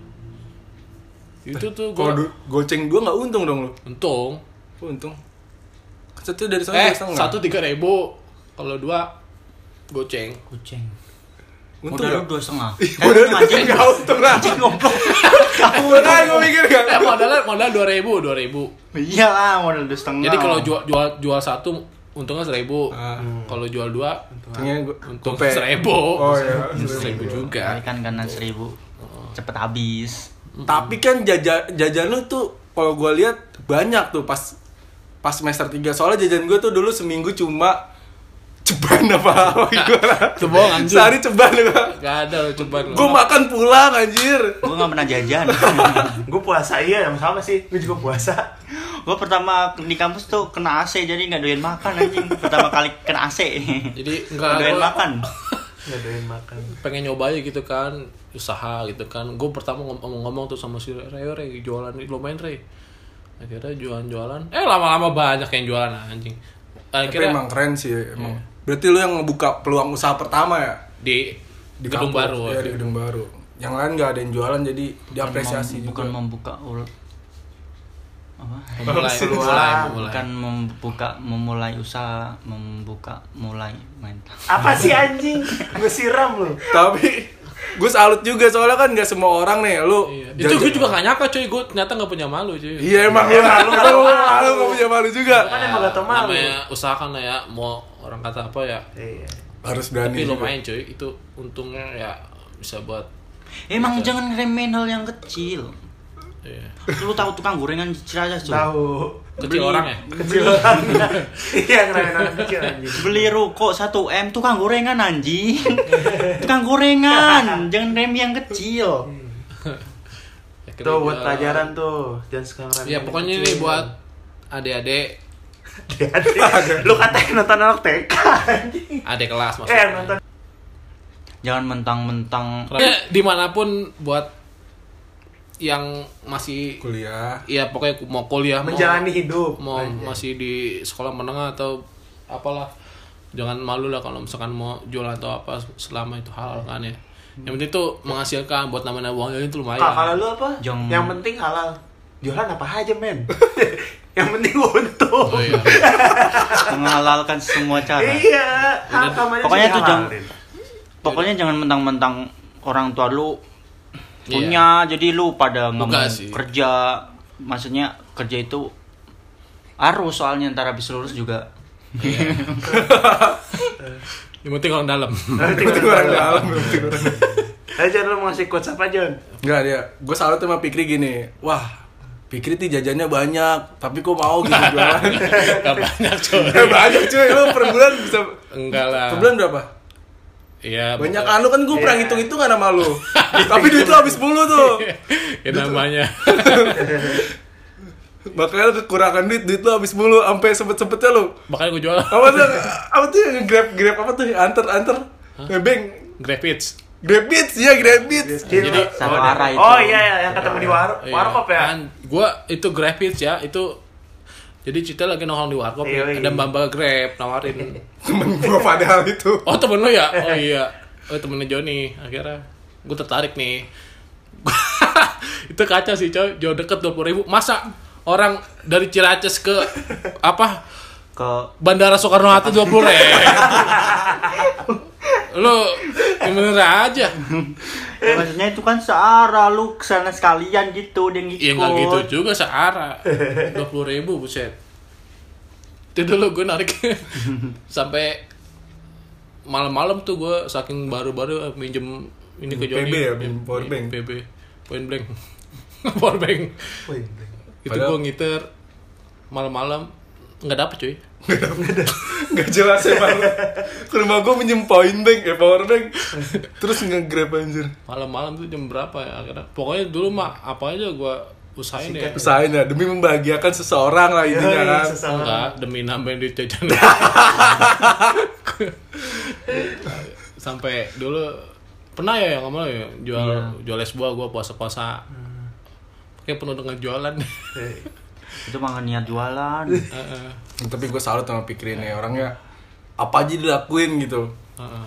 Itu tuh kalau gue du- goceng dua nggak untung dong lu? untung. Oh, untung. Satu dari sana Eh dua setengah. satu tiga ribu. Kalau dua goceng. Kucing. Untung Modal ya? lu dua setengah. Udah anjing nggak untung lah. Anjing goblok. Udah gue mikir kan. Eh modalnya modal dua ribu dua ribu. Iya lah, modal dua setengah. Jadi kalau jual jual jual satu untungnya seribu. Ah. Kalau jual dua Untungnya go- untung gope. seribu. Oh iya. Seribu juga. Ini kan karena seribu cepet habis. Tapi kan jajan jajan lu tuh kalau gue lihat banyak tuh pas pas semester tiga. Soalnya jajan gue tuh dulu seminggu cuma ceban apa apa gimana? Itu bohong, anjing. Sehari ceban gua. Gak ada lo coba lo. Gue makan pulang anjir. Gue gak pernah jajan. Gue puasa iya sama sih. Gue juga puasa. Gue pertama di kampus tuh kena A C, jadi gak doyan makan anjing. Pertama kali kena A C. Jadi Gak enggak doyan gua makan. Nggak doyan makan. pengen nyoba aja gitu kan, usaha gitu kan. Gue pertama ngomong-ngomong tuh sama si Ray, Ray jualan lumayan Ray. Akhirnya jualan-jualan. Eh lama-lama banyak yang jualan anjing. Tapi Akhirnya emang keren sih emang. Berarti lu yang ngebuka peluang usaha pertama ya? di, Di gedung kampus. baru. Iya, di gedung baru. Yang lain nggak ada yang jualan jadi diapresiasi Bukan juga. membuka ul apa? Memulai, Peluang. memulai, memulai. Bukan membuka memulai usaha, membuka mulai main. Apa sih anjing? Gue siram lu. Tapi gue salut juga soalnya kan nggak semua orang nih lu. Iya. Itu gue juga gak nyangka cuy, gue ternyata gak punya malu cuy. Iya emang lu Emang lu lu nggak tahu malu nggak punya malu juga. Kan emang gak tau malu. Namanya usahakan lah ya, mau orang kata apa ya. Iya. Harus berani. Tapi juga. lumayan cuy, itu untungnya ya bisa buat. Emang jangan remehin hal yang kecil. Iya. Lu tahu tukang gorengan di Ciracas tuh? Tahu. Kecil Beli- orang ya. Kecil orang. Iya ngerayain orang kecil anjing. Beli ruko satu M tukang gorengan anjing. Tukang gorengan, jangan rem yang kecil. Akhirnya Tuh buat jual. pelajaran tuh. Jangan sekarang. Ya pokoknya ini buat adik-adik Adik-adik. Lu katanya nonton anak T K anjing. Adik kelas Eh maksudnya. nonton. Jangan mentang-mentang Karena dimanapun buat yang masih Kuliah. ya pokoknya mau kuliah mau Menjalani hidup. mau Anjay. masih di sekolah menengah atau apalah, jangan malu lah kalau misalkan mau jualan atau apa selama itu halal kan ya. Yang penting tuh menghasilkan buat namanya uang itu lumayan. Kak, kalau lu apa? Jangan- Yang penting halal. Jualan apa aja, men? Yang penting untung. Oh, iya. menghalalkan semua cara. Iya, hakam aja Pokoknya sih tuh jangan- dihalalin. Pokoknya jangan mentang-mentang orang tua lu Iya. punya, jadi lu pada nggak Bukan mau sih. kerja. Maksudnya kerja itu harus, soalnya ntar habis lulus juga. Yang penting orang dalam. Nanti Itu orang dalam, itu orang. Ayo Jon, lu mau ngasih quotes apa Jon? Enggak dia. Gue salut sama Pikri gini. Wah, Pikri tuh jajannya banyak, tapi kok mau gitu jualan. Gak banyak coy. Ya banyak cuy, lu per bulan bisa Enggak lah. per bulan berapa? Iya. Banyak betul. anu kan gue pernah Iya. hitung-hitungan sama lu. Tapi duit lu habis mulu tuh. Ya namanya. Makanya lu kekurangan duit, duit lu habis mulu sampai sempet-sempetnya lu. Makanya gue jual Apa tuh? Apa tuh yang grab grab apa tuh? Anter anter. Nebeng. Graphics. Grab Beats, iya Grab Beats. Jadi satu oh, arah dia- itu. Oh iya, iya, yang ketemu di warung. Iya. Warkop ya? Kan gua itu graphics ya, itu jadi Cita lagi nongkrong di warkop ya, Iya, iya. ada mbak Grab nawarin. Temen gua padahal itu. Oh temen lo ya? Oh iya. Oh temennya Joni. Akhirnya gue tertarik nih. Itu kaca sih coy, jauh deket dua puluh ribu. Masa orang dari Ciracas ke apa Ke Bandara Soekarno Hatta dua puluh ribu? Lo yang bener aja. ya, maksudnya itu kan searah, lu kesana sekalian gitu, dia ngikut. Iya nggak gitu juga searah. Dua puluh ribu buset. Itu dulu gue narik sampai malam-malam tuh gue saking baru-baru eh, minjem ini ke P B Joni. ya, minjem power bank. P B, point blank, power bank. Wih, Itu Padahal- gue ngiter malam-malam nggak dapet cuy. Gak jelas emang. Ke rumah gua minjem point bank, ya power bank. Terus nge-grab anjir. Malam-malam tuh jam berapa ya akhirnya. Pokoknya dulu mah apa aja gue usahain ya. Usahain ya demi membahagiakan seseorang lah intinya Yoi, kan. seseorang. Enggak, demi nambahin duit jajan. Sampai dulu pernah ya yang ngomong ya jual Iya. jual es buah gua puasa-puasa. Kayak penuh dengan jualan. Itu mah nggak niat jualan. Heeh. Tapi gue salut sama Pikri nih orangnya apa aja dilakuin gitu. Heeh.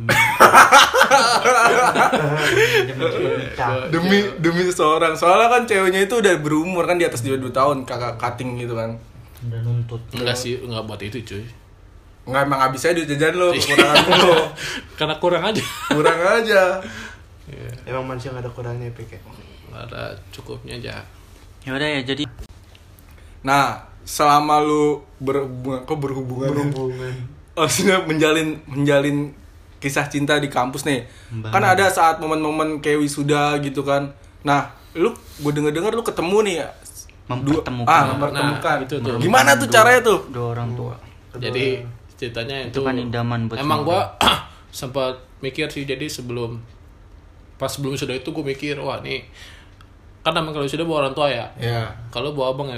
Demi cinta. Demi demi seseorang. Soalnya kan ceweknya itu udah berumur kan di atas dua puluh dua tahun, kakak cutting gitu kan. Udah nuntut. Enggak sih, enggak buat itu cuy. Enggak emang habis aja duit jajan lo, kekurangan lo. Karena kurang aja. Kurang aja. Emang manusia gak ada kurangnya Pik ya? Enggak ada cukupnya aja. Ya udah ya, jadi Nah, selama lu berhubungan, kok berhubungan? Berhubungan. Maksudnya menjalin menjalin kisah cinta di kampus nih. Mbak. Kan ada saat momen-momen kayak wisuda gitu kan. Nah, lu gue denger-denger lu ketemu nih ya. Dua- Mempertemukan. Ah, mempertemukan. Nah, itu tuh. Gimana tuh caranya tuh? Dua orang tua. Jadi ceritanya itu, Itu kan idaman buat emang semua. gua sempat mikir sih, jadi sebelum pas sebelum sudah itu gua mikir, wah nih kan emang kalau sudah bawa orang tua ya. Ya. Kalau bawa abang ya.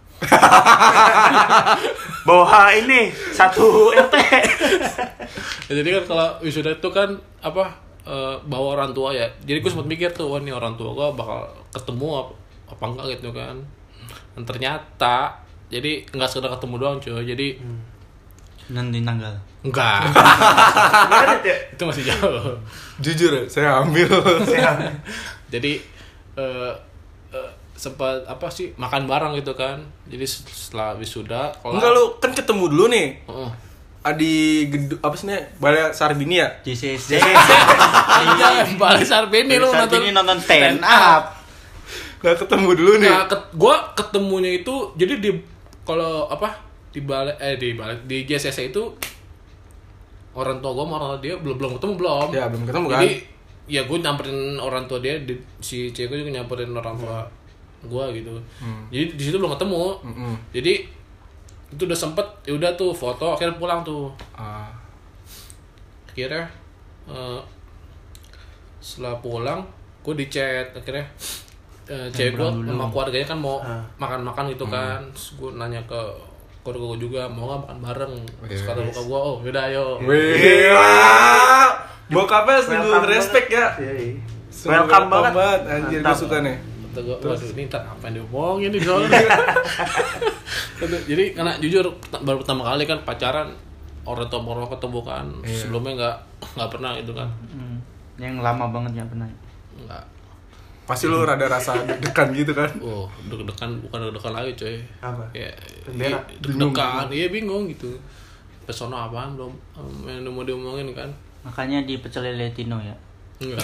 Bawa ini satu R T. Ya, jadi kan kalau wisuda itu kan apa eh, bawa orang tua ya. Jadi gue sempat mikir tuh, wah nih orang tua gue bakal ketemu apa, apa enggak gitu kan. Dan ternyata jadi nggak sekedar ketemu doang cuy. Jadi Nanti tanggal. enggak. Merit ya? Itu masih jauh. Jujur ya, saya ambil. Saya- Jadi eh eh, sempat apa sih makan bareng gitu kan. Jadi setelah wisuda kelar- Enggak lu kan ketemu dulu nih. Heeh. Di gedung apa sih nih? Balai Sarbini ya? J C C. Iya, Balai Sarbini lu Saat nonton ini nonton stand up. Nah, ketemu dulu nih. Nah, ket, gua ketemunya itu jadi di kalau apa di balai eh di balai di J C C itu orang tua gua sama orang tua dia belum belum ketemu belum. Ya, belum ketemu kan? Jadi ya gue nyamperin orang tua dia, di, si cewek gue juga nyamperin orang tua gua gitu. Hmm. Jadi di situ belum ketemu. Mm-mm. Jadi itu udah sempet ya udah tuh foto akhirnya pulang tuh. Ah. Akhirnya eh, setelah pulang gue di chat akhirnya eh, cewek gue pulang dulu. sama keluarganya kan mau Ah. makan-makan gitu kan. Terus gue nanya ke ke keluarga gue juga mau nggak makan bareng. Terus Yes. kata bokap gue, oh yaudah ayo. Wih, bokapnya sungguh respect ya. Iya, iya. Sungguh Welcome banget. Anjir, gue Mantap. suka nih. Kata gue, waduh ini ntar apa yang diomongin nih soalnya. Jadi karena jujur baru pertama kali kan pacaran orang tua orang ketemu kan. Iya. Sebelumnya nggak nggak pernah gitu kan. Hmm. Yang lama banget nggak pernah. Nggak. Pasti lu rada rasa deg-degan gitu kan. Oh, deg-degan bukan deg-degan lagi coy. Apa? Kayak Bendera. i- deg-degan, iya bingung gitu. Pesona apaan belum yang mau diomongin kan? Makanya di pecel lele Tino ya. Enggak.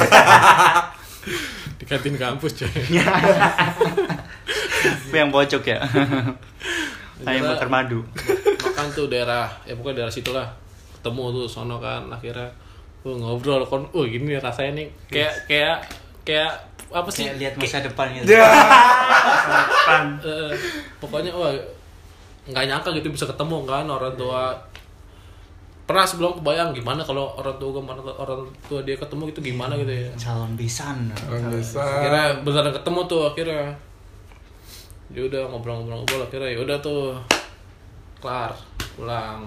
Di kantin kampus coy. Itu yang bocok ya. Kayak bakar madu. Makan tuh daerah, ya pokoknya daerah situ lah. Ketemu tuh sono kan akhirnya oh, ngobrol kon. Oh, gini rasanya nih kayak kayak kayak apa sih? Kayak lihat masa depan gitu. Ya. Pan. Eh, pokoknya wah nggak nyangka gitu bisa ketemu kan orang tua. Pernah sebelum kebayang gimana kalau orang tua gue orang tua dia ketemu gitu gimana gitu ya. Calon besan. Bisa. Akhirnya beneran ketemu tuh akhirnya. Ya udah ngobrol-ngobrol-ngobrol akhirnya ya udah tuh kelar pulang.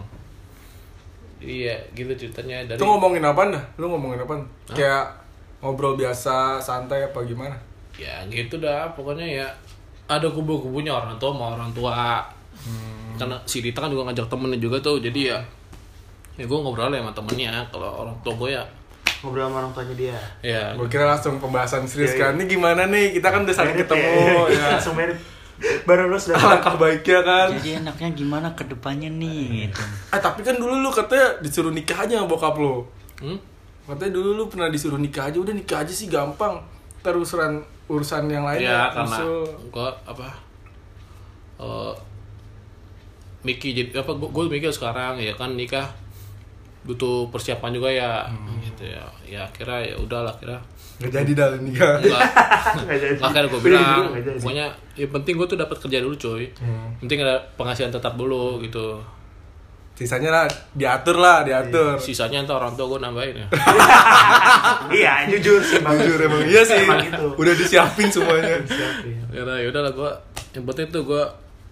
Jadi ya gitu ceritanya dari Itu ngomongin apaan dah? Lu ngomongin apaan? Kayak ngobrol biasa, santai apa gimana? ya gitu dah pokoknya ya ada kubu-kubunya orang tua sama orang tua. Hmm. Karena si Rita kan juga ngajak temennya juga tuh jadi ya ya gue ngobrol ya sama temennya kalau orang tua gue ya Ngobrol sama orang tuanya dia. ya Gue kira langsung pembahasan serius Iya, iya. kan. Ini gimana nih? Kita kan udah saling Merit ketemu ya. ya. Langsung merit. Baru lulus dari Alangkah baiknya kan. Jadi enaknya gimana ke depannya nih gitu. Eh tapi kan dulu lu katanya disuruh nikah aja sama bokap lu. hmm? Katanya dulu lu pernah disuruh nikah aja, udah nikah aja sih gampang. Ntar urusan urusan yang lain ya karena usul. gue apa eh Miki jadi apa gue mikir sekarang ya kan nikah butuh persiapan juga ya gitu ya ya akhirnya ya udahlah akhirnya Gak jadi dah lu nikah. enggak Nggak jadi. akhirnya gue Udah bilang dulu, nggak jadi. pokoknya yang penting gue tuh dapat kerja dulu cuy Hmm. penting ada penghasilan tetap dulu gitu Sisanya lah diatur lah, diatur. sisanya ntar orang tua gue nambahin ya Iya, jujur sih Bang. Jujur emang iya sih. Emang gitu. Udah disiapin semuanya. Siapin. ya udah ya udahlah gue yang penting tuh gue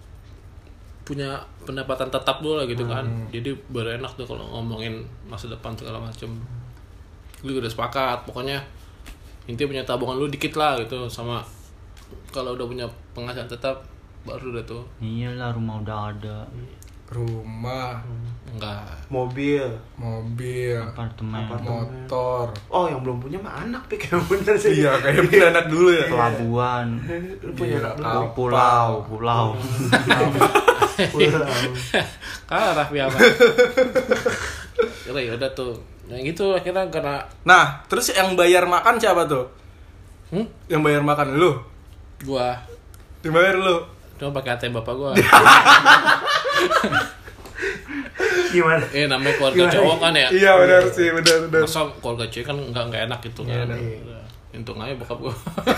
punya pendapatan tetap dulu lah gitu kan jadi baru enak tuh kalau ngomongin masa depan segala macem gue udah sepakat pokoknya intinya punya tabungan lu dikit lah gitu sama kalau udah punya penghasilan tetap baru udah tuh Iyalah rumah udah ada, Rumah, enggak Mobil. mobil, apartemen, motor. Oh, yang belum punya mah anak pik yang bener sih. Iya, kayak punya anak dulu ya. pelabuhan, Lu punya Gila, anak kapal. belum? pulau, pulau. Pulau. kalah Raffi apa ya udah tuh yang gitu akhirnya karena Nah, terus yang bayar makan siapa tuh? hmm? Yang bayar makan lu? gua Dibayar lu? cuma pakai A T M bapak gua Gimana? eh namanya keluarga Gimana? cowok kan ya Iya, benar sih, benar benar. masa keluarga cewek kan nggak nggak enak gitu kan iya. untung aja bokap gua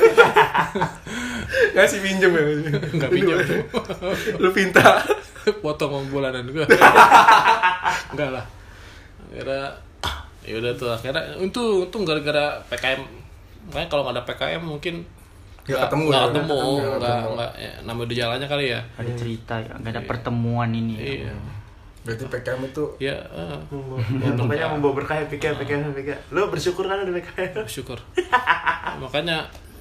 Ngasih pinjem ya. nggak pinjam Lu pinta. potong uang bulanan gua enggak lah akhirnya ya udah tuh akhirnya untung untung gara-gara P K M makanya kalau nggak ada P K M mungkin Nggak ketemu nggak ya, ketemu nggak nggak ketemu. nggak ya, namanya udah jalannya kali ya Ada cerita ya, nggak ada pertemuan ini. iya Berarti P K M itu ya eh, Ya, pokoknya membawa berkah ya, P K, P K, P K. Lu bersyukur kan ada P K? bersyukur makanya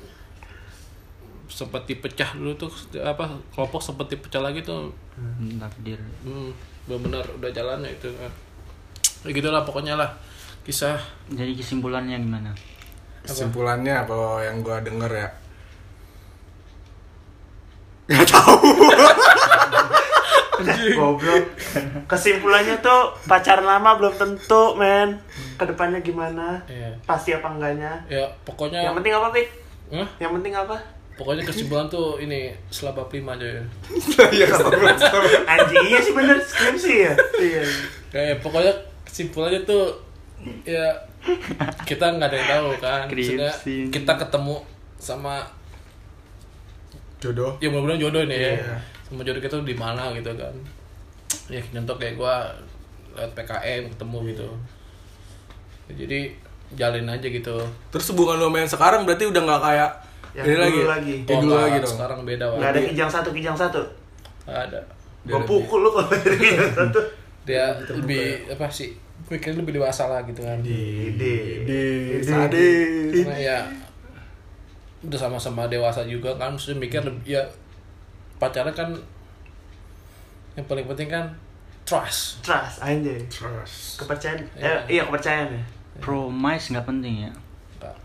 sempat dipecah dulu tuh apa kelompok sempat dipecah lagi tuh Hmm, takdir. hmm, benar-benar udah jalannya itu kan ya gitulah pokoknya lah kisah Jadi kesimpulannya gimana? kesimpulannya kalau yang gua denger ya. Goblok. Kesimpulannya tuh pacaran lama belum tentu, men. Kedepannya gimana? Iya. Pasti apa enggaknya? ya pokoknya Yang penting apa, Pik? Hah? Yang penting apa? Pokoknya kesimpulan tuh ini setelah bab lima aja ya. Iya, astagfirullah. Anjing, iya sih bener skripsi ya. Iya. Kayak pokoknya kesimpulannya tuh ya kita nggak ada yang tahu kan. Maksudnya Skripsi. kita ketemu sama Jodoh. ya mudah-mudahan jodoh nih ya. Iya. Sama jodoh kita tuh di mana gitu kan. Ya contoh kayak gua lewat P K M ketemu gitu. Ya, jadi jalin aja gitu. Terus hubungan lu sama yang sekarang berarti udah nggak kayak Yang ini dulu lagi. lagi. Kayak dulu nggak, lagi dong. Sekarang beda Enggak ada Wak. kijang satu, kijang satu. Nggak ada. Gua pukul lu kalau dari yang satu. Dia lebih apa sih? Pikirnya lebih dewasa lah gitu kan. Ide, Di sadis. Karena ya udah sama-sama dewasa juga kan, maksudnya mikir lebih- ya pacaran kan yang paling penting kan trust. Trust anjay. Trust. Kepercayaan. Iya. Eh, iya kepercayaan ya. Promise nggak penting ya. Enggak.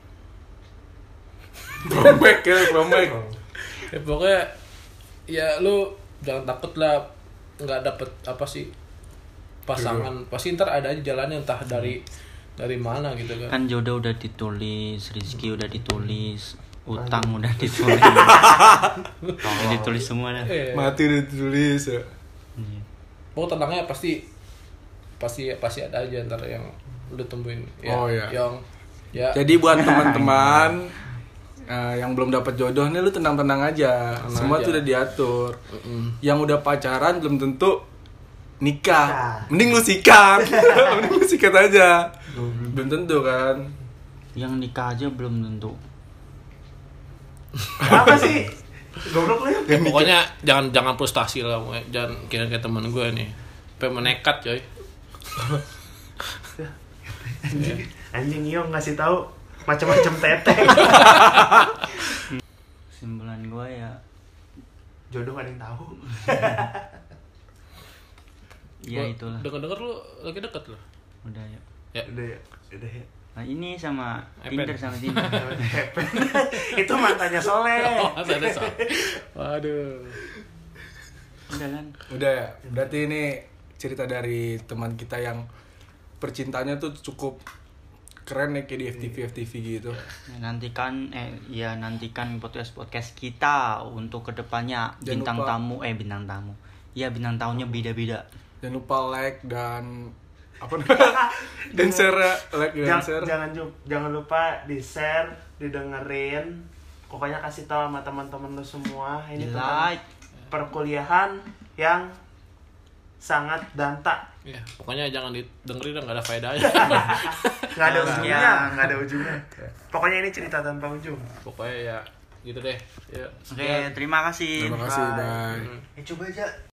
Promek ya, promek. Ya pokoknya ya lu jangan takut lah nggak dapet apa sih pasangan, pasti ntar ada aja jalannya entah dari dari mana gitu kan. Kan jodoh udah ditulis, rezeki udah ditulis, utang udah ditulis. Udah ditulis semua dah. Eh, Mati udah ditulis ya. Iya. pokoknya tenangnya pasti pasti pasti ada aja ntar yang lu temuin ya, Oh, iya. yang ya Jadi buat teman-teman eh, yang belum dapat jodoh nih, lu tenang-tenang aja. Tenang Semua aja. tuh udah diatur. Mm-mm. Yang udah pacaran belum tentu nikah. Nikah. Mending lu sikat. Mending lu sikat aja. Belum tentu kan. Yang nikah aja belum tentu. Apa sih? Goblok lu ya. Ya, pokoknya jangan jangan frustasi lah, pokoknya. Jangan kira kayak temen gue nih, sampai menekat coy. Anjing, anjing Iyo ngasih tahu macam-macam teteh. Kesimpulan gua ya Jodoh gak ada yang tahu. ya itulah. Dengar-dengar lu lagi deket lo. Udah ya. Ya. Udah ya, udah ya. Nah, ini sama Epen. Tinder sama Tinder. Itu mantannya Soleh. Oh, ada ada. Waduh. Udah kan. Udah ya. Berarti ini cerita dari teman kita yang percintaannya tuh cukup keren ya, kayak di F T V F T V gitu. Ya, nantikan eh ya nantikan podcast podcast kita untuk kedepannya. Jangan Bintang lupa. tamu eh bintang tamu. Ya bintang tamunya beda-beda. Jangan lupa like dan apa namanya? Dan share ya. Like dan Jangan, share. jangan ju- jangan lupa di share, didengerin. Pokoknya kasih tahu sama teman-teman lu semua ini Di tentang like. perkuliahan yang sangat danta. Ya, pokoknya jangan didengerin, nggak ada faedahnya. Nggak ada Oh, ujungnya, ya. nggak ada ujungnya. Pokoknya ini cerita tanpa ujung. Pokoknya ya gitu deh. Ya. Oke, terima kasih. Terima kasih, Bye. bye. Eh coba aja